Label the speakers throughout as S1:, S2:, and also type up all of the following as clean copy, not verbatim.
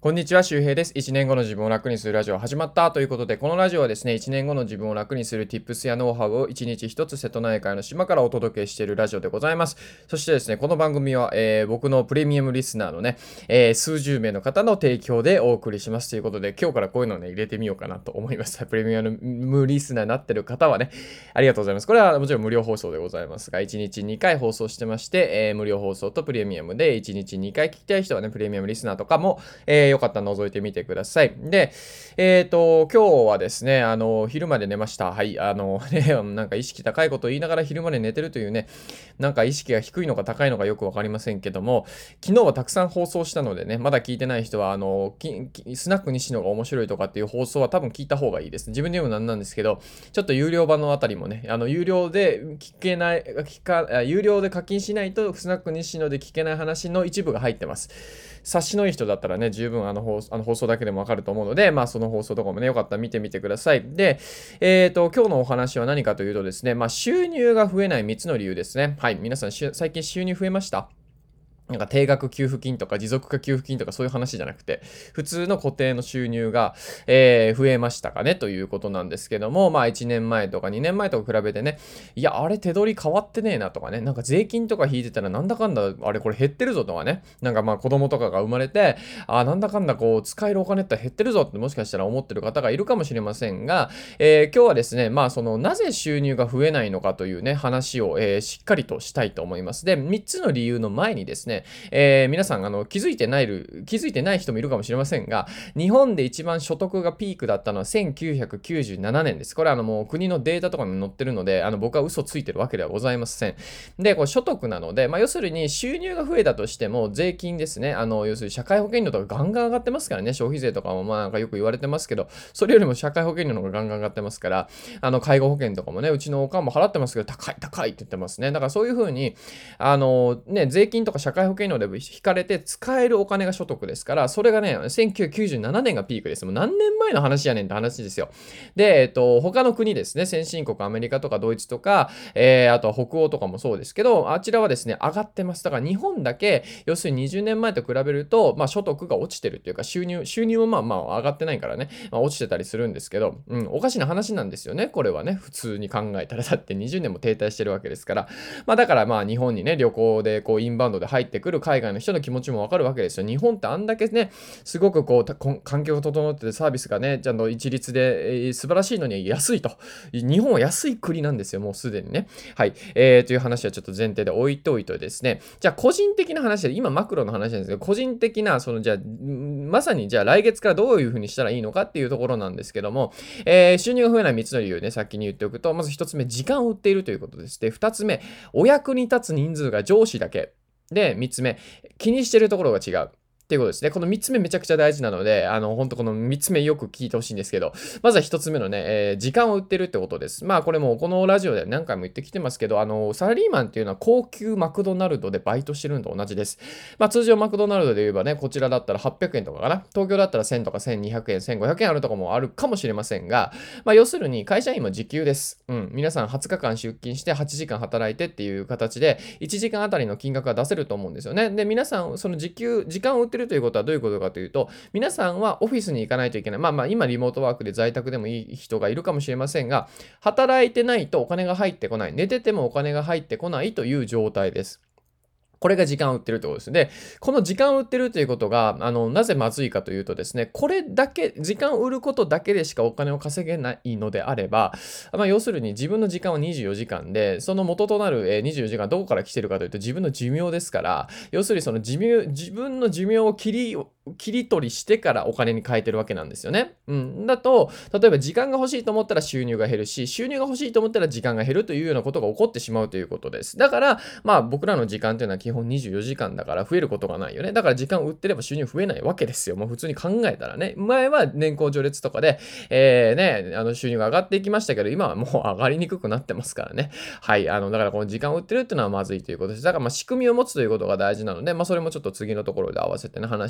S1: こんにちは、周平です。1年後の自分を楽にするラジオ始まったということで、このラジオはですね、1年後の自分を楽にする Tips やノウハウを1日1つ瀬戸内海の島からお届けしているラジオでございます。そしてですね、この番組は、僕のプレミアムリスナーのね、数十名の方の提供でお送りしますということで、今日からこういうのをね、入れてみようかなと思います。プレミアムリスナーになってる方はね、ありがとうございます。これはもちろん無料放送でございますが、1日2回放送してまして、無料放送とプレミアムで1日2回聞きたい人はね、プレミアムリスナーとかも、よかったら覗いてみてください。で、今日はですね、昼まで寝ました。はい、ね、なんか意識高いことを言いながら昼まで寝てるというね、なんか意識が低いのか高いのかよくわかりませんけども、昨日はたくさん放送したのでね、まだ聞いてない人は、スナック西野が面白いとかっていう放送は多分聞いた方がいいです。自分で言うのなんですけど、ちょっと有料版のあたりもね、有料で聞けない、有料で課金しないと、スナック西野で聞けない話の一部が入ってます。察しのいい人だったらね、十分放送だけでもわかると思うので、まあその放送とかもね、よかったら見てみてください。で、今日のお話は何かというとですね、まあ収入が増えない3つの理由ですね。はい、皆さん最近収入増えました？なんか定額給付金とか持続化給付金とかそういう話じゃなくて、普通の固定の収入が、増えましたかねということなんですけども、まあ1年前とか2年前とか比べてね、いや、あれ手取り変わってねえなとかね、なんか税金とか引いてたらなんだかんだ、あれこれ減ってるぞとかね、なんかまあ子供とかが生まれて、なんだかんだこう使えるお金って減ってるぞってもしかしたら思ってる方がいるかもしれませんが、今日はですね、まあそのなぜ収入が増えないのかというね、話を、しっかりとしたいと思います。で、3つの理由の前にですね、皆さん気づいてない人もいるかもしれませんが、日本で一番所得がピークだったのは1997年です。これはもう国のデータとかに載ってるので、僕は嘘ついてるわけではございません。で、これ所得なので、まあ、要するに収入が増えたとしても、税金ですね。要するに社会保険料とかガンガン上がってますからね。消費税とかもまあなんかよく言われてますけど、それよりも社会保険料の方がガンガン上がってますから、介護保険とかもね、うちのおかんも払ってますけど、高い高いって言ってますね。だからそういうふうに、税金とか社会保険料で引かれて使えるお金が所得ですから、それがね、1997年がピークです。もう何年前の話やねんって話ですよ。で、他の国ですね、先進国、アメリカとかドイツとか、あとは北欧とかもそうですけど、あちらはですね、上がってます。だから日本だけ、要するに20年前と比べると、まあ所得が落ちてるっていうか、収入もまあまあ上がってないからね、まあ、落ちてたりするんですけど、おかしな話なんですよね、これはね、普通に考えたら。だって20年も停滞してるわけですから、まあだからまあ日本にね、旅行でこうインバウンドで入ってくる海外の人の気持ちもわかるわけですよ。日本ってあんだけね、すごくこう、環境が整っててサービスがね、ちゃんと一律で、素晴らしいのに安いと。日本は安い国なんですよ、もうすでにね。はい。という話はちょっと前提で置いといてですね、じゃあ個人的な話で、今マクロの話なんですけど、個人的な、じゃあ、まさにじゃあ来月からどういうふうにしたらいいのかっていうところなんですけども、収入が増えない3つの理由ね、先に言っておくと、まず1つ目、時間を売っているということです。で、2つ目、お役に立つ人数が上司だけ。で、3つ目、気にしてるところが違う。っていうことですね。この3つ目めちゃくちゃ大事なので、本当この3つ目よく聞いてほしいんですけど、まずは1つ目のね、時間を売ってるってことです。まあこれもこのラジオで何回も言ってきてますけど、サラリーマンっていうのは高級マクドナルドでバイトしてるのと同じです。まあ通常マクドナルドで言えばね、こちらだったら800円とかかな。東京だったら1000とか1200円、1500円あるとかもあるかもしれませんが、まあ要するに会社員も時給です。皆さん20日間出勤して8時間働いてっていう形で、1時間あたりの金額が出せると思うんですよね。で、皆さん、その時間を売ってるということはどういうことかというと、皆さんはオフィスに行かないといけない。まあまあ、今リモートワークで在宅でもいい人がいるかもしれませんが、働いてないとお金が入ってこない。寝ててもお金が入ってこないという状態です。これが時間を売ってるってことです。で、この時間を売ってるということが、なぜまずいかというとですね、これだけ、時間を売ることだけでしかお金を稼げないのであれば、まあ、要するに自分の時間は24時間で、その元となる24時間どこから来てるかというと自分の寿命ですから、要するにその自分の寿命を切り取りしてからお金に変えてるわけなんですよね。だと、例えば時間が欲しいと思ったら収入が減るし、収入が欲しいと思ったら時間が減るというようなことが起こってしまうということです。だから、まあ僕らの時間というのは基本24時間だから増えることがないよね。だから時間を売ってれば収入増えないわけですよ。もう普通に考えたらね。前は年功序列とかで、収入が上がっていきましたけど、今はもう上がりにくくなってますからね。はい。だからこの時間を売ってるっていうのはまずいということです。だからまあ仕組みを持つということが大事なので、まあそれもちょっと次のところで合わせてね、話していきたい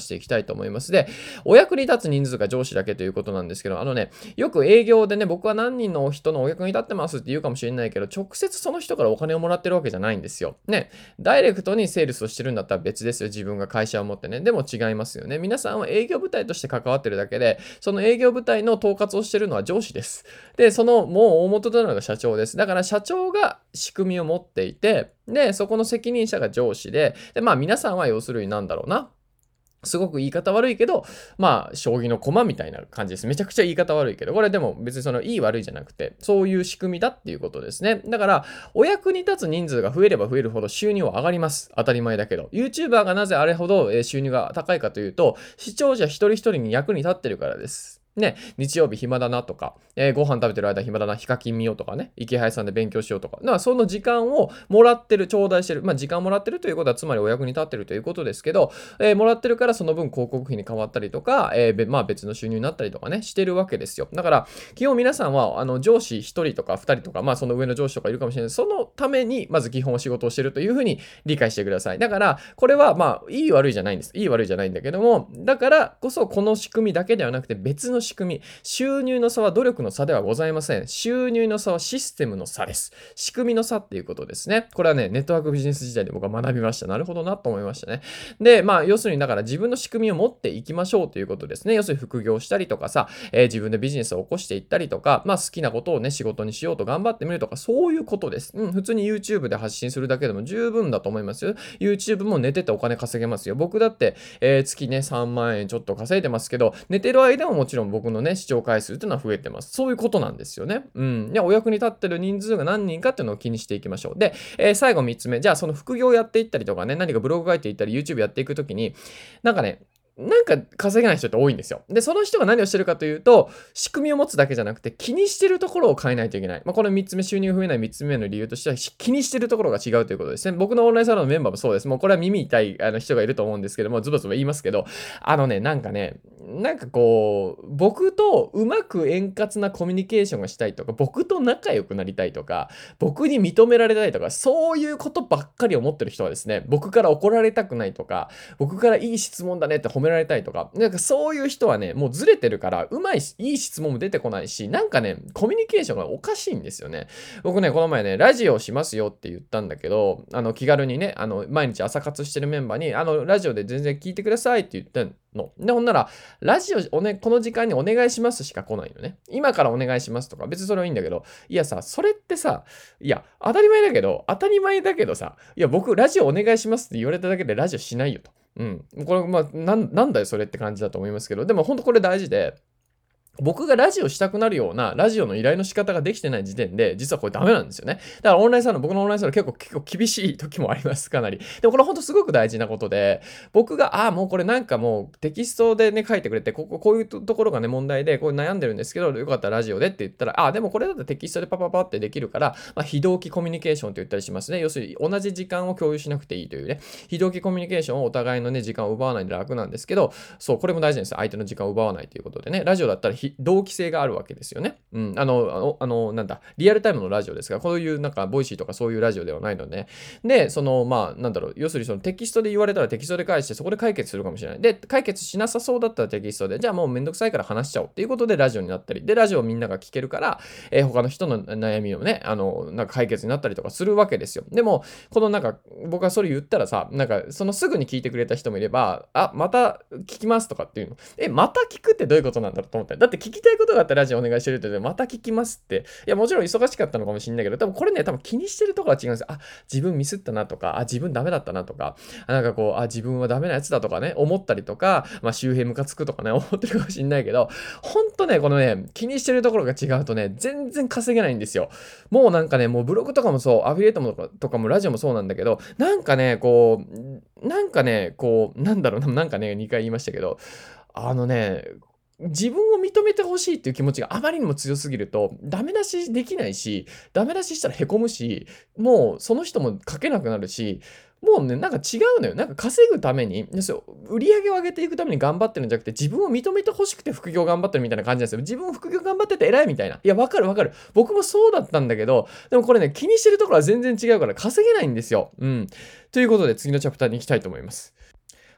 S1: いと思います。で、お役に立つ人数が上司だけということなんですけど、よく営業でね、僕は何人の人のお役に立ってますって言うかもしれないけど、直接その人からお金をもらってるわけじゃないんですよ。ね、ダイレクトにセールスをしてるんだったら別ですよ。自分が会社を持ってね。でも違いますよね。皆さんは営業部隊として関わってるだけで、その営業部隊の統括をしてるのは上司です。で、そのもう大元となるのが社長です。だから社長が仕組みを持っていて、で、そこの責任者が上司で、まあ皆さんは要するになんだろうな。すごく言い方悪いけど、まあ、将棋の駒みたいな感じです。めちゃくちゃ言い方悪いけど、これでも別にそのいい悪いじゃなくて、そういう仕組みだっていうことですね。だから、お役に立つ人数が増えれば増えるほど収入は上がります。当たり前だけど。YouTuber がなぜあれほど収入が高いかというと、視聴者一人一人に役に立ってるからです。ね、日曜日暇だなとか、ご飯食べてる間暇だな、ヒカキン見ようとかね、池原さんで勉強しようとか、だからその時間をもらってる、頂戴してる、まあ時間もらってるということはつまりお役に立ってるということですけど、もらってるからその分広告費に変わったりとか、まあ別の収入になったりとかね、してるわけですよ。だから、基本皆さんは、上司1人とか2人とか、まあその上の上司とかいるかもしれない。そのために、まず基本仕事をしてるというふうに理解してください。だから、これはまあ、いい悪いじゃないんです。いい悪いじゃないんだけども、だからこそこの仕組みだけではなくて別の仕組み、収入の差は努力の差ではございません。収入の差はシステムの差です。仕組みの差っていうことですね。これはね、ネットワークビジネス時代で僕は学びました。なるほどなと思いましたね。で、まあ、要するにだから自分の仕組みを持っていきましょうということですね。要するに副業したりとかさ、自分でビジネスを起こしていったりとか、まあ好きなことをね、仕事にしようと頑張ってみるとか、そういうことです。普通に YouTube で発信するだけでも十分だと思いますよ。YouTube も寝ててお金稼げますよ。僕だって、月ね、3万円ちょっと稼いでますけど、寝てる間ももちろん僕のね、視聴回数っていうのは増えてます。そういうことなんですよね。お役に立ってる人数が何人かっていうのを気にしていきましょう。で、最後3つ目。じゃあその副業やっていったりとかね、何かブログ書いていったり、YouTube やっていくときに、なんかね、なんか稼げない人って多いんですよ。で、その人が何をしてるかというと、仕組みを持つだけじゃなくて、気にしてるところを変えないといけない。まあ、この3つ目、収入が増えない3つ目の理由としては、気にしてるところが違うということですね。僕のオンラインサロンのメンバーもそうです。もうこれは耳痛い人がいると思うんですけども、ズバズバ言いますけど、なんかこう、僕とうまく円滑なコミュニケーションがしたいとか、僕と仲良くなりたいとか、僕に認められたいとか、そういうことばっかり思ってる人はですね、僕から怒られたくないとか、僕からいい質問だねって褒められたいとか、なんかそういう人はね、もうずれてるから、いい質問も出てこないし、なんかね、コミュニケーションがおかしいんですよね。僕ね、この前ね、ラジオしますよって言ったんだけど、気軽にね、毎日朝活してるメンバーに、ラジオで全然聞いてくださいって言っての。で、ほんなら、ラジオこの時間にお願いしますしか来ないのね。今からお願いしますとか、別にそれはいいんだけど、いやさ、それってさ、いや、当たり前だけどさ、いや、僕、ラジオお願いしますって言われただけでラジオしないよと。これ、まあ、なんだよ、それって感じだと思いますけど、でも本当これ大事で、僕がラジオしたくなるようなラジオの依頼の仕方ができてない時点で、実はこれダメなんですよね。だから僕のオンラインサロン結構厳しい時もあります、かなり。でもこれほんとすごく大事なことで、僕が、もうこれなんかもうテキストでね、書いてくれて、こういうところがね、問題で、こう悩んでるんですけど、よかったらラジオでって言ったら、でもこれだとテキストでパパパってできるから、まあ、非同期コミュニケーションって言ったりしますね。要するに同じ時間を共有しなくていいというね、非同期コミュニケーションをお互いのね、時間を奪わないで楽なんですけど、そう、これも大事なんですよ。相手の時間を奪わないということでね、ラジオだったら同期性があるわけですよね。なんだ、リアルタイムのラジオですが、こういうなんか、ボイシーとかそういうラジオではないので、で、要するにそのテキストで言われたらテキストで返して、そこで解決するかもしれない。で、解決しなさそうだったらテキストで、じゃあもうめんどくさいから話しちゃおうっていうことでラジオになったり、で、ラジオをみんなが聞けるから、他の人の悩みをね、なんか解決になったりとかするわけですよ。でも、僕がそれ言ったらさ、なんか、そのすぐに聞いてくれた人もいれば、また聞きますとかっていうの。また聞くってどういうことなんだろうと思った。だって聞きたいことがあったらラジオお願いしてるって、また聞きますって。いや、もちろん忙しかったのかもしれないけど、多分気にしてるところは違うんですよ。自分ミスったなとか、自分ダメだったなとか、なんかこう、自分はダメなやつだとかね、思ったりとか、まあ周辺ムカつくとかね、思ってるかもしれないけど、ほんとね、このね、気にしてるところが違うとね、全然稼げないんですよ。もうなんかね、もうブログとかもそう、アフィリエイトとかもラジオもそうなんだけど、なんかね、なんだろうな、なんかね、2回言いましたけど、あのね、自分を認めてほしいっていう気持ちがあまりにも強すぎると、ダメ出しできないし、ダメ出ししたらへこむし、もうその人も書けなくなるし、もうね、なんか違うのよ。なんか稼ぐために、売り上げを上げていくために頑張ってるんじゃなくて、自分を認めてほしくて副業頑張ってるみたいな感じなんですよ。自分副業頑張ってて偉いみたいな。いや、わかるわかる。僕もそうだったんだけど、でもこれね、気にしてるところは全然違うから稼げないんですよ。ということで次のチャプターに行きたいと思います。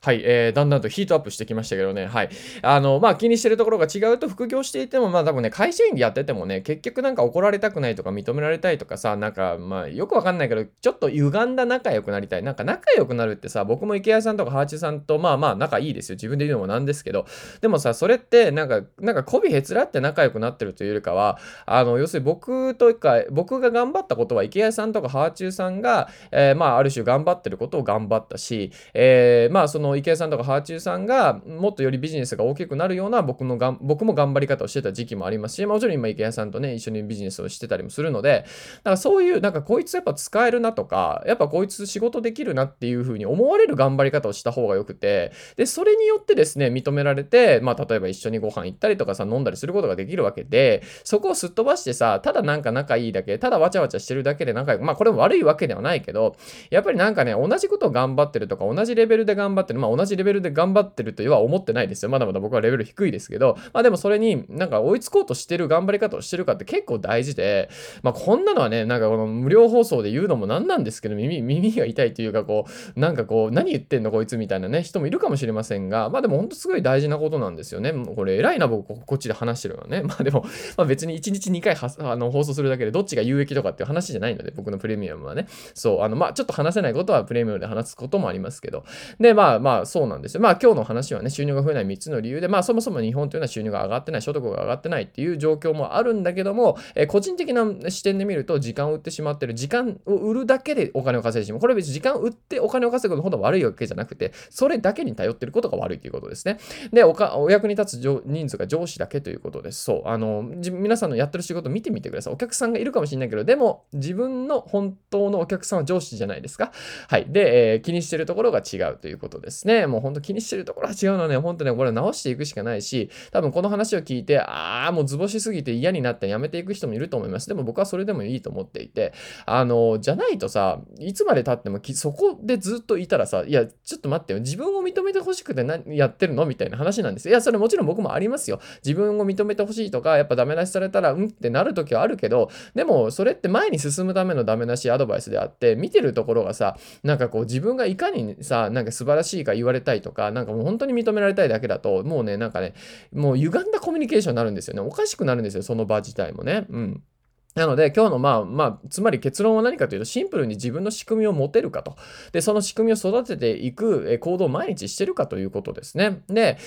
S1: はい、だんだんとヒートアップしてきましたけどね、はい。気にしてるところが違うと、副業していても、多分ね、会社員でやっててもね、結局なんか怒られたくないとか認められたいとかさ、よくわかんないけど、ちょっと歪んだ仲良くなりたい。なんか仲良くなるってさ、僕も池谷さんとかハーチューさんと、仲いいですよ。自分で言うのもなんですけど、でもさ、それって、媚びへつらって仲良くなってるというよりかは、要するに僕が頑張ったことは、池谷さんとかハーチューさんが、ある種頑張ってることを頑張ったし、その池谷さんとかハーチューさんがもっとよりビジネスが大きくなるような僕も頑張り方をしてた時期もありますし、もちろん今池谷さんとね、一緒にビジネスをしてたりもするので、そういう、こいつやっぱ使えるなとか、やっぱこいつ仕事できるなっていう風に思われる頑張り方をした方がよくて、で、それによってですね、認められて、例えば一緒にご飯行ったりとかさ、飲んだりすることができるわけで、そこをすっ飛ばしてさ、ただなんか仲いいだけ、ただわちゃわちゃしてるだけで仲良く、これも悪いわけではないけど、やっぱりなんかね、同じことを頑張ってるとか、同じレベルで頑張ってる、同じレベルで頑張ってるとは思ってないですよ。まだまだ僕はレベル低いですけど、でもそれになんか追いつこうとしてる頑張り方をしてるかって結構大事で、こんなのはね、なんかこの無料放送で言うのもなんなんですけど、耳が痛いというか何言ってんのこいつみたいなね、人もいるかもしれませんが、でも本当すごい大事なことなんですよね。これ偉いな、僕、こっちで話してるのはね。でも、別に1日2回放送するだけでどっちが有益とかっていう話じゃないので、僕のプレミアムはね。そう、ちょっと話せないことはプレミアムで話すこともありますけど。で、そうなんですよ。今日の話はね、収入が増えない3つの理由で、そもそも日本というのは収入が上がってない、所得が上がってないっていう状況もあるんだけども、個人的な視点で見ると、時間を売ってしまってる、時間を売るだけでお金を稼いでしまう。これは別に時間を売ってお金を稼ぐのほど悪いわけじゃなくて、それだけに頼ってることが悪いということですね。で、お役に立つ人数が上司だけということです。そう。皆さんのやってる仕事見てみてください。お客さんがいるかもしれないけど、でも、自分の本当のお客さんは上司じゃないですか。はい。で、気にしてるところが違うということですね。もう本当気にしてるところが違うのはね、本当ね、これ直していくしかないし、多分この話を聞いて、もう図星すぎて嫌になってやめていく人もいると思います。でも僕はそれでもいいと思っていて、じゃないとさ、いつまで経ってもそこでずっといたらさ、いや、ちょっと待ってよ。自分を認めてほしくてやってるのみたいな話なんですよ。いや、それもちろん僕もありますよ。自分を認めてほしいとか、やっぱダメ出しされたら、ってなる時はあるけど、でも、それって前に進むためのダメ出しアドバイスであって、見てるところがさ、自分がいかにさ、素晴らしいか言われたいとか、もう本当に認められたいだけだと、もうね、もう歪んだコミュニケーションになるんですよね。おかしくなるんですよ、その場自体もね。うん。なので、今日のつまり結論は何かというと、シンプルに自分の仕組みを持てるかと。で、その仕組みを育てていく行動を毎日してるかということですね。で、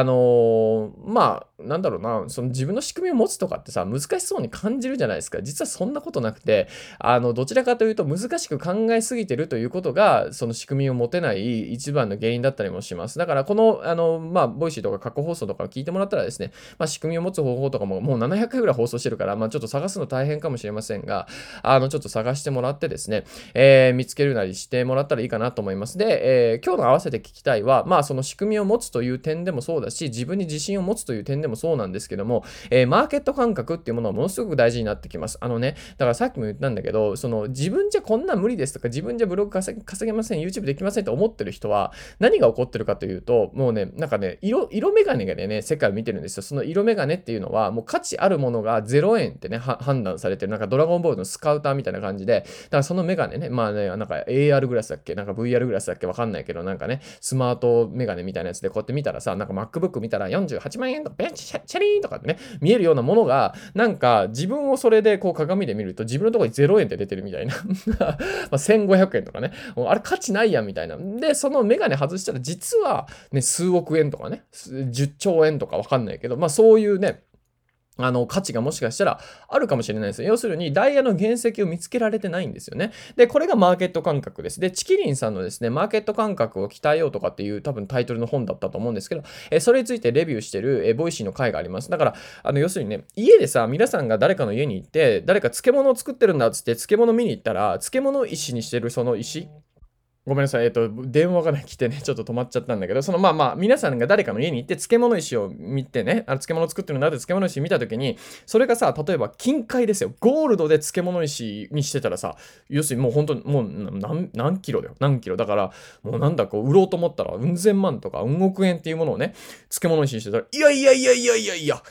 S1: その自分の仕組みを持つとかってさ、難しそうに感じるじゃないですか。実はそんなことなくて、どちらかというと難しく考えすぎてるということが、その仕組みを持てない一番の原因だったりもします。だから、この、ボイシーとか過去放送とかを聞いてもらったらですね、仕組みを持つ方法とかもう700回ぐらい放送してるから、ちょっと探すの大変かもしれませんが、ちょっと探してもらってですね、見つけるなりしてもらったらいいかなと思います。で、今日の合わせて聞きたいは、その仕組みを持つという点でもそうだし、自分に自信を持つという点でもそうなんですけども、マーケット感覚っていうものはものすごく大事になってきます。だからさっきも言ったんだけど、その自分じゃこんなん無理ですとか、自分じゃブログ稼げません、YouTube できませんと思ってる人は、何が起こってるかというと、もうね、色眼鏡でね、世界を見てるんですよ。その色眼鏡っていうのは、もう価値あるものが0円ってね、判断されてる、ドラゴンボールのスカウターみたいな感じで、だからそのメガネね、AR グラスだっけVR グラスだっけわかんないけど、スマートメガネみたいなやつでこうやって見たらさ、MacBook 見たら48万円とか、ベンチシャリーンとかってね、見えるようなものが、自分をそれでこう鏡で見ると、自分のところに0円って出てるみたいな。1500円とかね、あれ価値ないやんみたいな。で、そのメガネ外したら、実はね、数億円とかね、10兆円とかわかんないけど、そういうね、価値がもしかしたらあるかもしれないですよ。要するに、ダイヤの原石を見つけられてないんですよね。で、これがマーケット感覚です。で、チキリンさんのですね、マーケット感覚を鍛えようとかっていう多分タイトルの本だったと思うんですけど、それについてレビューしてる、ボイシーの回があります。だから、要するにね、家でさ、皆さんが誰かの家に行って、誰か漬物を作ってるんだっつって、漬物見に行ったら、漬物石にしてるその石、ごめんなさい。電話がね、来てね、ちょっと止まっちゃったんだけど、皆さんが誰かの家に行って漬物石を見てね、漬物を作ってるんだって漬物石見たときに、それがさ、例えば金塊ですよ。ゴールドで漬物石にしてたらさ、要するにもう本当に、もう何キロだよ。何キロ。だから、もう売ろうと思ったら、うん千万とか、うん億円っていうものをね、漬物石にしてたら、いや、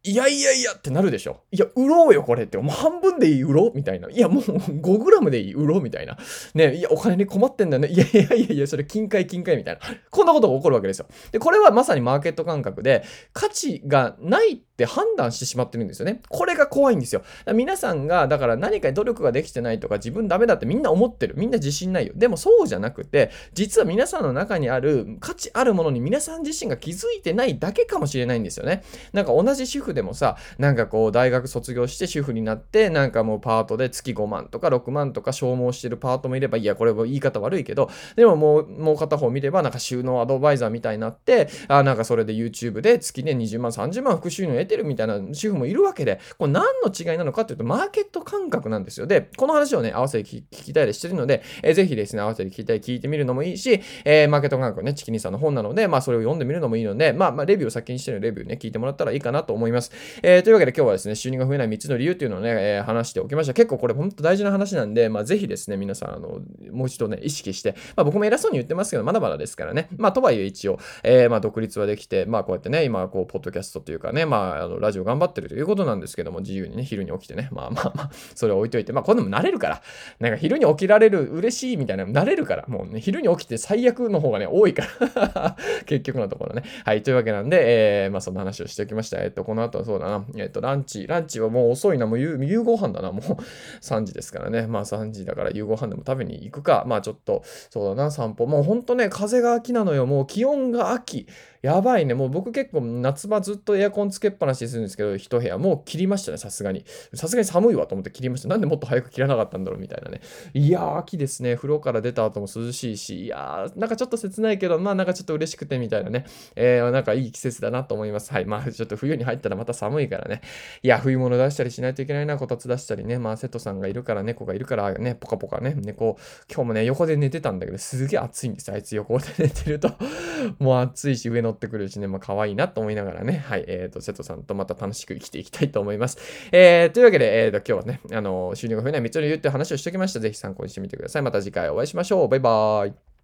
S1: いやいやいやってなるでしょ。いや、売ろうよ、これって。もう半分でいい、売ろうみたいな。いや、もう5グラムでいい、売ろうみたいな。ね、いや、お金に困ってんだよね。いやいやいやいや、それ金塊金塊みたいな。こんなことが起こるわけですよ。で、これはまさにマーケット感覚で、価値がないって判断してしまってるんですよね。これが怖いんですよ。皆さんが、だから何か努力ができてないとか、自分ダメだってみんな思ってる。みんな自信ないよ。でもそうじゃなくて、実は皆さんの中にある価値あるものに皆さん自身が気づいてないだけかもしれないんですよね。なんか同じ主婦でもさ、なんかこう大学卒業して主婦になって、なんかもうパートで月5万とか6万とか消耗してるパートもいれば、いや、これも言い方悪いけど、でももう片方見れば、なんか収納アドバイザーみたいになって、なんかそれで YouTube で月で20万、30万副収入を得てるみたいな主婦もいるわけで、これ何の違いなのかっていうと、マーケット感覚なんですよ。で、この話をね、合わせて聞きたいでしてるので、ぜひですね、合わせて聞いてみるのもいいし、マーケット感覚ね、チキニさんの本なので、まあそれを読んでみるのもいいので、まあレビューを先にしてるレビューね、聞いてもらったらいいかなと思います。というわけで今日はですね、収入が増えない3つの理由っていうのをね、話しておきました。結構これ本当大事な話なんで、まあぜひですね、皆さん、もう一度ね、意識して、まあ僕も偉そうに言ってますけど、まだまだですからね。まあとはいえ一応、まあ独立はできて、まあこうやってね、今こう、ポッドキャストというかね、まあラジオ頑張ってるということなんですけども、自由にね、昼に起きてね、まあ、それを置いといて、まあこんなも慣れるから、なんか昼に起きられる、嬉しいみたいな、慣れるから、もうね、昼に起きて最悪の方がね、多いから結局のところね。はい、というわけなんで、まあそんな話をしておきました。この後はそうだな、ランチはもう遅いな、もう夕ご飯だな、もう3時ですからね。まあ3時だから夕ご飯でも食べに行くか、まあちょっと、そうだな、散歩。もうほんとね、風が秋なのよ。もう気温が秋。やばいね。もう僕結構夏場ずっとエアコンつけっぱなしにするんですけど、一部屋もう切りましたね、さすがに。さすがに寒いわと思って切りました。なんでもっと早く切らなかったんだろうみたいなね。いやー、秋ですね。風呂から出た後も涼しいし、いやー、なんかちょっと切ないけど、まあなんかちょっと嬉しくてみたいなね。なんかいい季節だなと思います。はい。まあちょっと冬に入ったらまた寒いからね。いや、冬物出したりしないといけないな、こたつ出したりね。まあ瀬戸さんがいるから、猫がいるからね、ポカポカね、猫、今日もね、横で寝てたんだけど、すげえ暑いんですよ。あいつ横で寝てるともう暑いし、上乗ってくるしね、まあ可愛いなと思いながらね、はい、瀬戸さんとまた楽しく生きていきたいと思います。というわけで、今日はね、収入が増えない3つの理由って話をしておきました。ぜひ参考にしてみてください。また次回お会いしましょう。バイバーイ。